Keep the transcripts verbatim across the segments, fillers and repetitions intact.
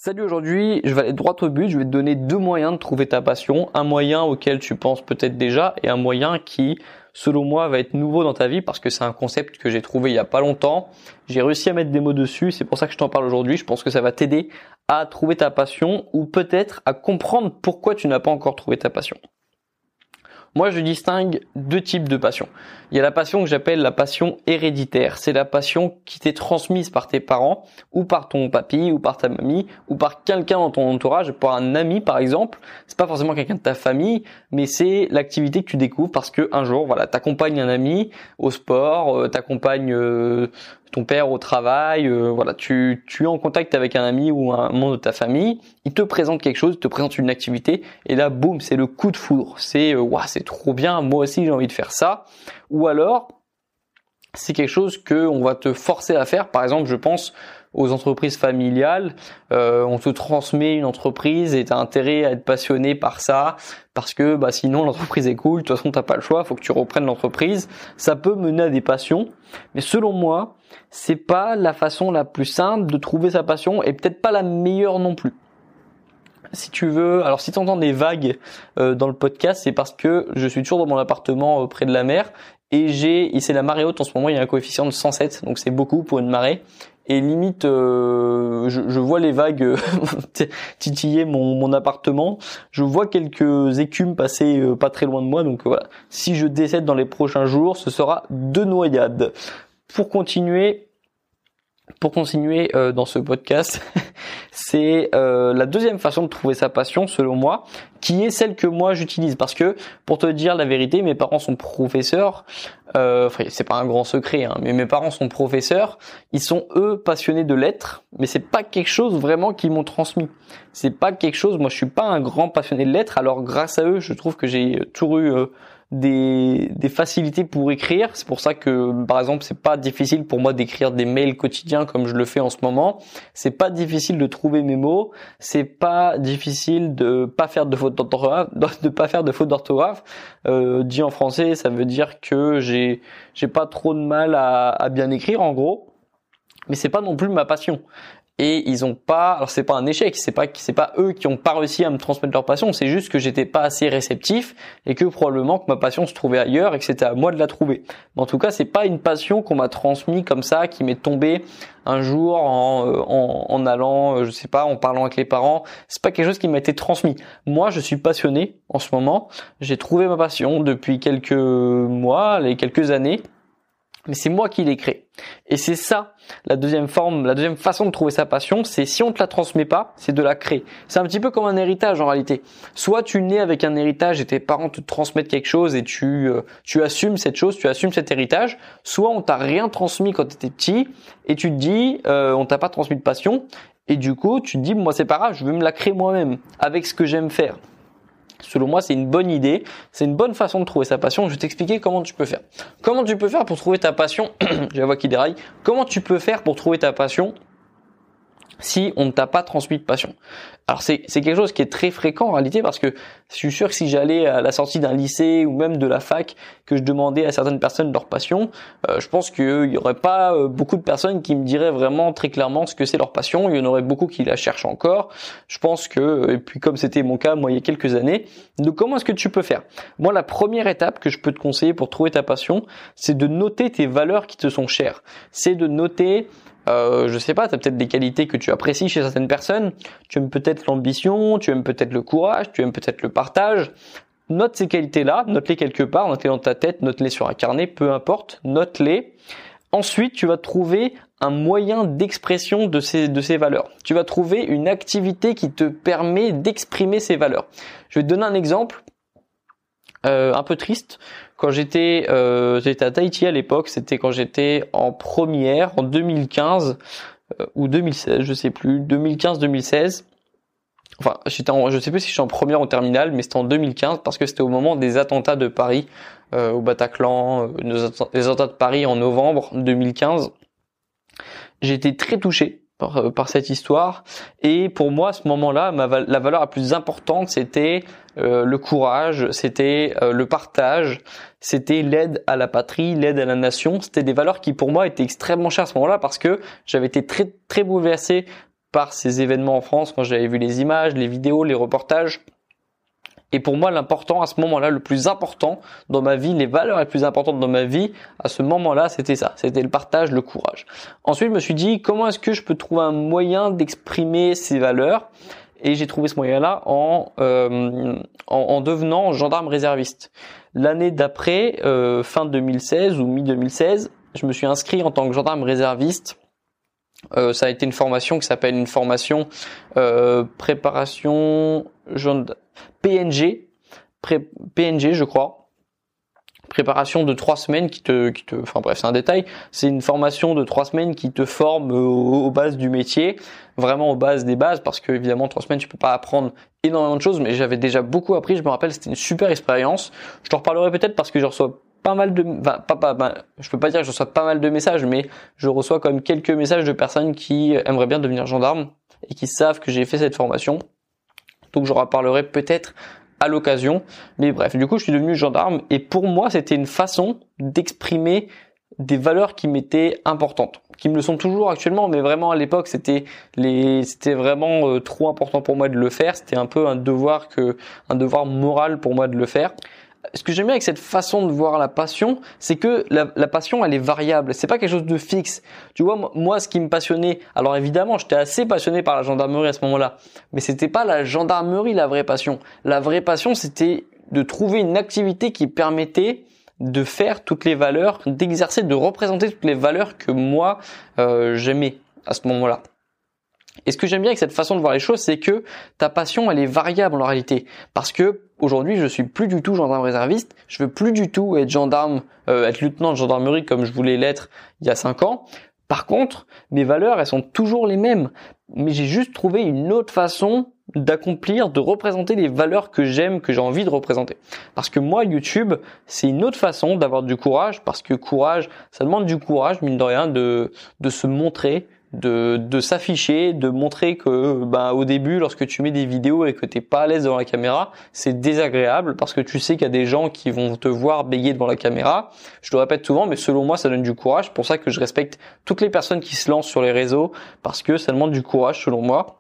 Salut, aujourd'hui, je vais aller droit au but, je vais te donner deux moyens de trouver ta passion, un moyen auquel tu penses peut-être déjà et un moyen qui, selon moi, va être nouveau dans ta vie parce que c'est un concept que j'ai trouvé il y a pas longtemps. J'ai réussi à mettre des mots dessus, c'est pour ça que je t'en parle aujourd'hui. Je pense que ça va t'aider à trouver ta passion ou peut-être à comprendre pourquoi tu n'as pas encore trouvé ta passion. Moi, je distingue deux types de passion. Il y a la passion que j'appelle la passion héréditaire. C'est la passion qui t'est transmise par tes parents ou par ton papy ou par ta mamie ou par quelqu'un dans ton entourage, par un ami par exemple. C'est pas forcément quelqu'un de ta famille, mais c'est l'activité que tu découvres parce que un jour, voilà, t'accompagnes un ami au sport, euh, t'accompagnes euh, ton père au travail, euh, voilà, tu, tu es en contact avec un ami ou un membre de ta famille, il te présente quelque chose, il te présente une activité, et là, boum, c'est le coup de foudre. C'est, euh, waouh, c'est trop bien, moi aussi j'ai envie de faire ça. Ou alors, c'est quelque chose que on va te forcer à faire. Par exemple, je pense aux entreprises familiales, euh, on te transmet une entreprise et tu as intérêt à être passionné par ça parce que bah sinon l'entreprise est cool, de toute façon t'as pas le choix, faut que tu reprennes l'entreprise. Ça peut mener à des passions, mais selon moi, c'est pas la façon la plus simple de trouver sa passion et peut-être pas la meilleure non plus. Si tu veux, alors si tu entends des vagues euh, dans le podcast, c'est parce que je suis toujours dans mon appartement euh, près de la mer et j'ai, et c'est la marée haute en ce moment, il y a un coefficient de cent sept, donc c'est beaucoup pour une marée. Et limite, euh, je, je vois les vagues titiller mon, mon appartement. Je vois quelques écumes passer euh, pas très loin de moi. Donc euh, voilà, si je décède dans les prochains jours, ce sera deux noyades. Pour continuer, pour continuer euh, dans ce podcast, c'est euh, la deuxième façon de trouver sa passion, selon moi, qui est celle que moi j'utilise. Parce que, pour te dire la vérité, mes parents sont professeurs. Euh, enfin, c'est pas un grand secret, hein, mais mes parents sont professeurs. Ils sont eux passionnés de lettres, mais c'est pas quelque chose vraiment qu'ils m'ont transmis. C'est pas quelque chose. Moi, je suis pas un grand passionné de lettres. Alors, grâce à eux, je trouve que j'ai toujours eu euh, des des facilités pour écrire. C'est pour ça que, par exemple, c'est pas difficile pour moi d'écrire des mails quotidiens comme je le fais en ce moment. C'est pas difficile de trouver mes mots. C'est pas difficile de pas faire de faute d'orthographe, de pas faire de faute d'orthographe. Euh, dit en français, ça veut dire que j'ai j'ai pas trop de mal à, à bien écrire en gros. Mais c'est pas non plus ma passion. Et ils ont pas, alors c'est pas un échec, c'est pas c'est pas eux qui ont pas réussi à me transmettre leur passion, c'est juste que j'étais pas assez réceptif et que probablement que ma passion se trouvait ailleurs et que c'était à moi de la trouver. Mais en tout cas, c'est pas une passion qu'on m'a transmise comme ça, qui m'est tombée un jour en, en en allant, je sais pas, en parlant avec les parents. C'est pas quelque chose qui m'a été transmis. Moi, je suis passionné en ce moment. J'ai trouvé ma passion depuis quelques mois, les quelques années. Mais c'est moi qui l'ai créé. Et c'est ça, la deuxième forme, la deuxième façon de trouver sa passion, c'est si on te la transmet pas, c'est de la créer. C'est un petit peu comme un héritage en réalité. Soit tu nais avec un héritage et tes parents te transmettent quelque chose et tu euh, tu assumes cette chose, tu assumes cet héritage. Soit on t'a rien transmis quand tu étais petit et tu te dis, euh, on t'a pas transmis de passion et du coup tu te dis, moi c'est pas grave, je vais me la créer moi-même avec ce que j'aime faire. Selon moi, c'est une bonne idée, c'est une bonne façon de trouver sa passion. Je vais t'expliquer comment tu peux faire. Comment tu peux faire pour trouver ta passion? J'ai la voix qui déraille. Comment tu peux faire pour trouver ta passion si on ne t'a pas transmis de passion? Alors c'est c'est quelque chose qui est très fréquent en réalité parce que je suis sûr que si j'allais à la sortie d'un lycée ou même de la fac, que je demandais à certaines personnes leur passion, euh, je pense qu'il y aurait pas euh, beaucoup de personnes qui me diraient vraiment très clairement ce que c'est leur passion. Il y en aurait beaucoup qui la cherchent encore. Je pense que, et puis comme c'était mon cas moi il y a quelques années, donc comment est-ce que tu peux faire? Moi la première étape que je peux te conseiller pour trouver ta passion, c'est de noter tes valeurs qui te sont chères. C'est de noter Euh, je sais pas, tu as peut-être des qualités que tu apprécies chez certaines personnes, tu aimes peut-être l'ambition, tu aimes peut-être le courage, tu aimes peut-être le partage. Note ces qualités-là, note-les quelque part, note-les dans ta tête, note-les sur un carnet, peu importe, note-les. Ensuite, tu vas trouver un moyen d'expression de ces de ces valeurs. Tu vas trouver une activité qui te permet d'exprimer ces valeurs. Je vais te donner un exemple. Euh, un peu triste. Quand j'étais euh, j'étais à Tahiti à l'époque, c'était quand j'étais en première en deux mille quinze euh, ou deux mille seize, je sais plus, deux mille quinze deux mille seize. Enfin, j'étais en, je sais plus si je suis en première ou en terminale, mais c'était en deux mille quinze parce que c'était au moment des attentats de Paris euh, au Bataclan, euh, les attentats de Paris en novembre deux mille quinze. J'ai été très touché par, par cette histoire et pour moi à ce moment-là, ma, la valeur la plus importante c'était euh, le courage, c'était euh, le partage, c'était l'aide à la patrie, l'aide à la nation. C'était des valeurs qui pour moi étaient extrêmement chères à ce moment-là parce que j'avais été très très bouleversé par ces événements en France quand j'avais vu les images, les vidéos, les reportages. Et pour moi, l'important à ce moment-là, le plus important dans ma vie, les valeurs les plus importantes dans ma vie, à ce moment-là, c'était ça. C'était le partage, le courage. Ensuite, je me suis dit, comment est-ce que je peux trouver un moyen d'exprimer ces valeurs? Et j'ai trouvé ce moyen-là en, euh, en, en devenant gendarme réserviste. L'année d'après, euh, fin deux mille seize ou mi-deux mille seize, je me suis inscrit en tant que gendarme réserviste. Euh, ça a été une formation qui s'appelle une formation euh, préparation P N G, pré, P N G je crois, préparation de trois semaines qui te, qui te, enfin bref c'est un détail, c'est une formation de trois semaines qui te forme aux, aux bases du métier, vraiment aux bases des bases, parce que évidemment trois semaines tu peux pas apprendre énormément de choses, mais j'avais déjà beaucoup appris, je me rappelle c'était une super expérience. Je t'en reparlerai peut-être parce que je reçois pas mal de, enfin, pas, pas, ben, je peux pas dire que je reçois pas mal de messages, mais je reçois quand même quelques messages de personnes qui aimeraient bien devenir gendarme et qui savent que j'ai fait cette formation. Donc j'en reparlerai peut-être à l'occasion. Mais bref, du coup, je suis devenu gendarme et pour moi, c'était une façon d'exprimer des valeurs qui m'étaient importantes, qui me le sont toujours actuellement, mais vraiment à l'époque, c'était les, c'était vraiment euh, trop important pour moi de le faire. C'était un peu un devoir que, un devoir moral pour moi de le faire. Ce que j'aime bien avec cette façon de voir la passion, c'est que la, la passion, elle est variable. C'est pas quelque chose de fixe. Tu vois, moi, ce qui me passionnait, alors évidemment, j'étais assez passionné par la gendarmerie à ce moment-là, mais c'était pas la gendarmerie la vraie passion. La vraie passion, c'était de trouver une activité qui permettait de faire toutes les valeurs, d'exercer, de représenter toutes les valeurs que moi euh, j'aimais à ce moment-là. Et ce que j'aime bien avec cette façon de voir les choses, c'est que ta passion, elle est variable en réalité. Parce que aujourd'hui, je suis plus du tout gendarme réserviste. Je veux plus du tout être gendarme, euh, être lieutenant de gendarmerie comme je voulais l'être il y a cinq ans. Par contre, mes valeurs, elles sont toujours les mêmes. Mais j'ai juste trouvé une autre façon d'accomplir, de représenter les valeurs que j'aime, que j'ai envie de représenter. Parce que moi, YouTube, c'est une autre façon d'avoir du courage. Parce que courage, ça demande du courage, mine de rien, de, de se montrer, de de s'afficher, de montrer que ben au début lorsque tu mets des vidéos et que t'es pas à l'aise devant la caméra, c'est désagréable parce que tu sais qu'il y a des gens qui vont te voir bégayer devant la caméra. Je le répète souvent, mais selon moi ça donne du courage. C'est pour ça que je respecte toutes les personnes qui se lancent sur les réseaux parce que ça demande du courage selon moi.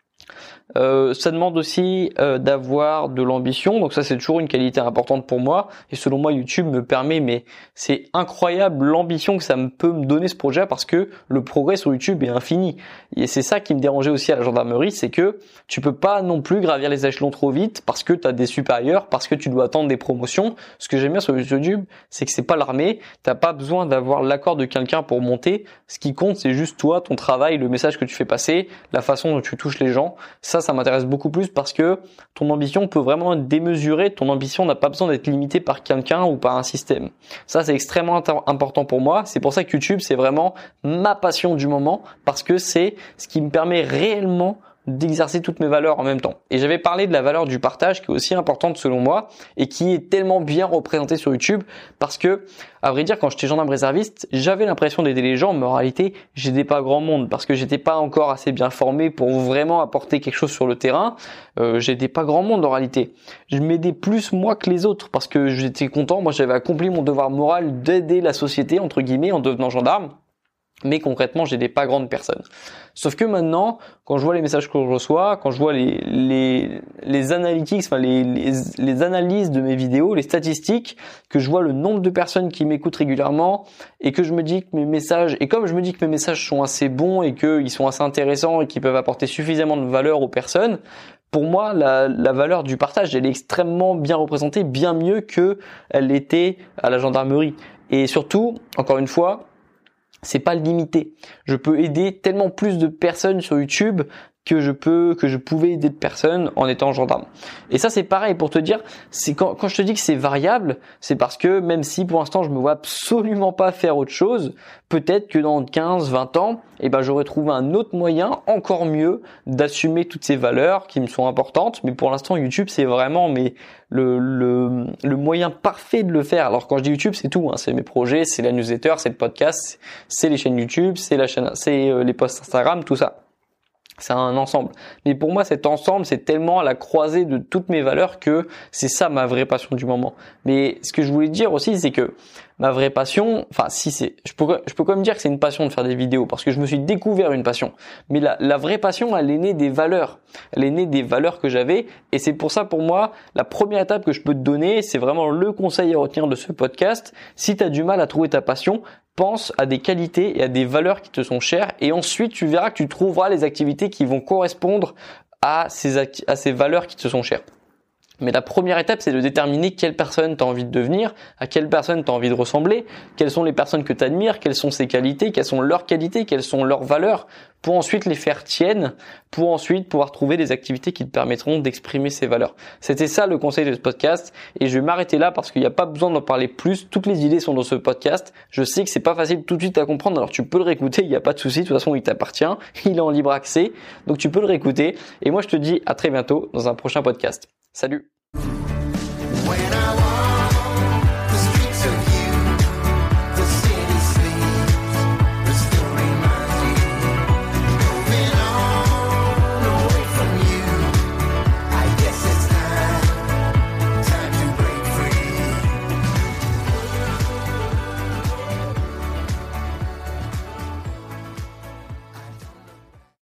Euh, ça demande aussi euh, d'avoir de l'ambition, donc ça c'est toujours une qualité importante pour moi et selon moi YouTube me permet, mais c'est incroyable l'ambition que ça me peut me donner ce projet parce que le progrès sur YouTube est infini et c'est ça qui me dérangeait aussi à la gendarmerie, c'est que tu peux pas non plus gravir les échelons trop vite parce que tu as des supérieurs, parce que tu dois attendre des promotions. Ce que j'aime bien sur YouTube, c'est que c'est pas l'armée, t'as pas besoin d'avoir l'accord de quelqu'un pour monter, ce qui compte c'est juste toi, ton travail, le message que tu fais passer, la façon dont tu touches les gens. Ça, ça m'intéresse beaucoup plus parce que ton ambition peut vraiment être démesurée. Ton ambition n'a pas besoin d'être limitée par quelqu'un ou par un système. Ça, c'est extrêmement important pour moi. C'est pour ça que YouTube, c'est vraiment ma passion du moment parce que c'est ce qui me permet réellement d'exercer toutes mes valeurs en même temps. Et j'avais parlé de la valeur du partage qui est aussi importante selon moi et qui est tellement bien représentée sur YouTube parce que, à vrai dire, quand j'étais gendarme réserviste, j'avais l'impression d'aider les gens, mais en réalité, j'aidais pas grand monde parce que j'étais pas encore assez bien formé pour vraiment apporter quelque chose sur le terrain. Euh, j'aidais pas grand monde en réalité. Je m'aidais plus moi que les autres parce que j'étais content. Moi, j'avais accompli mon devoir moral d'aider la société, entre guillemets, en devenant gendarme. Mais concrètement, j'aidais pas grande personne. Sauf que maintenant, quand je vois les messages que je reçois, quand je vois les les les analytics, enfin les les, les analyses de mes vidéos, les statistiques, que je vois le nombre de personnes qui m'écoutent régulièrement et que je me dis que mes messages et comme je me dis que mes messages sont assez bons et qu'ils sont assez intéressants et qu'ils peuvent apporter suffisamment de valeur aux personnes, pour moi, la, la valeur du partage, elle est extrêmement bien représentée, bien mieux que elle l'était à la gendarmerie. Et surtout, encore une fois, c'est pas limité. Je peux aider tellement plus de personnes sur YouTube que je peux, que je pouvais aider de personnes en étant gendarme. Et ça, c'est pareil pour te dire, c'est quand, quand je te dis que c'est variable, c'est parce que même si pour l'instant je me vois absolument pas faire autre chose, peut-être que dans quinze, vingt ans, eh ben, j'aurais trouvé un autre moyen encore mieux d'assumer toutes ces valeurs qui me sont importantes. Mais pour l'instant, YouTube, c'est vraiment, mais le, le, le moyen parfait de le faire. Alors quand je dis YouTube, c'est tout, hein. C'est mes projets, c'est la newsletter, c'est le podcast, c'est les chaînes YouTube, c'est la chaîne, c'est les posts Instagram, tout ça. C'est un ensemble. Mais pour moi, cet ensemble, c'est tellement à la croisée de toutes mes valeurs que c'est ça ma vraie passion du moment. Mais ce que je voulais dire aussi, c'est que ma vraie passion, enfin si c'est, je peux, je peux quand même dire que c'est une passion de faire des vidéos parce que je me suis découvert une passion. Mais la, la vraie passion, elle est née des valeurs. Elle est née des valeurs que j'avais et c'est pour ça pour moi, la première étape que je peux te donner, c'est vraiment le conseil à retenir de ce podcast. Si tu as du mal à trouver ta passion, pense à des qualités et à des valeurs qui te sont chères et ensuite tu verras que tu trouveras les activités qui vont correspondre à ces, acti- à ces valeurs qui te sont chères. Mais la première étape, c'est de déterminer quelle personne tu as envie de devenir, à quelle personne tu as envie de ressembler, quelles sont les personnes que tu admires, quelles sont ses qualités, quelles sont leurs qualités, quelles sont leurs valeurs, pour ensuite les faire tiennes, pour ensuite pouvoir trouver des activités qui te permettront d'exprimer ces valeurs. C'était ça le conseil de ce podcast et je vais m'arrêter là parce qu'il n'y a pas besoin d'en parler plus. Toutes les idées sont dans ce podcast. Je sais que c'est pas facile tout de suite à comprendre, alors tu peux le réécouter, il n'y a pas de souci. De toute façon, il t'appartient, il est en libre accès, donc tu peux le réécouter. Et moi, je te dis à très bientôt dans un prochain podcast. Salut!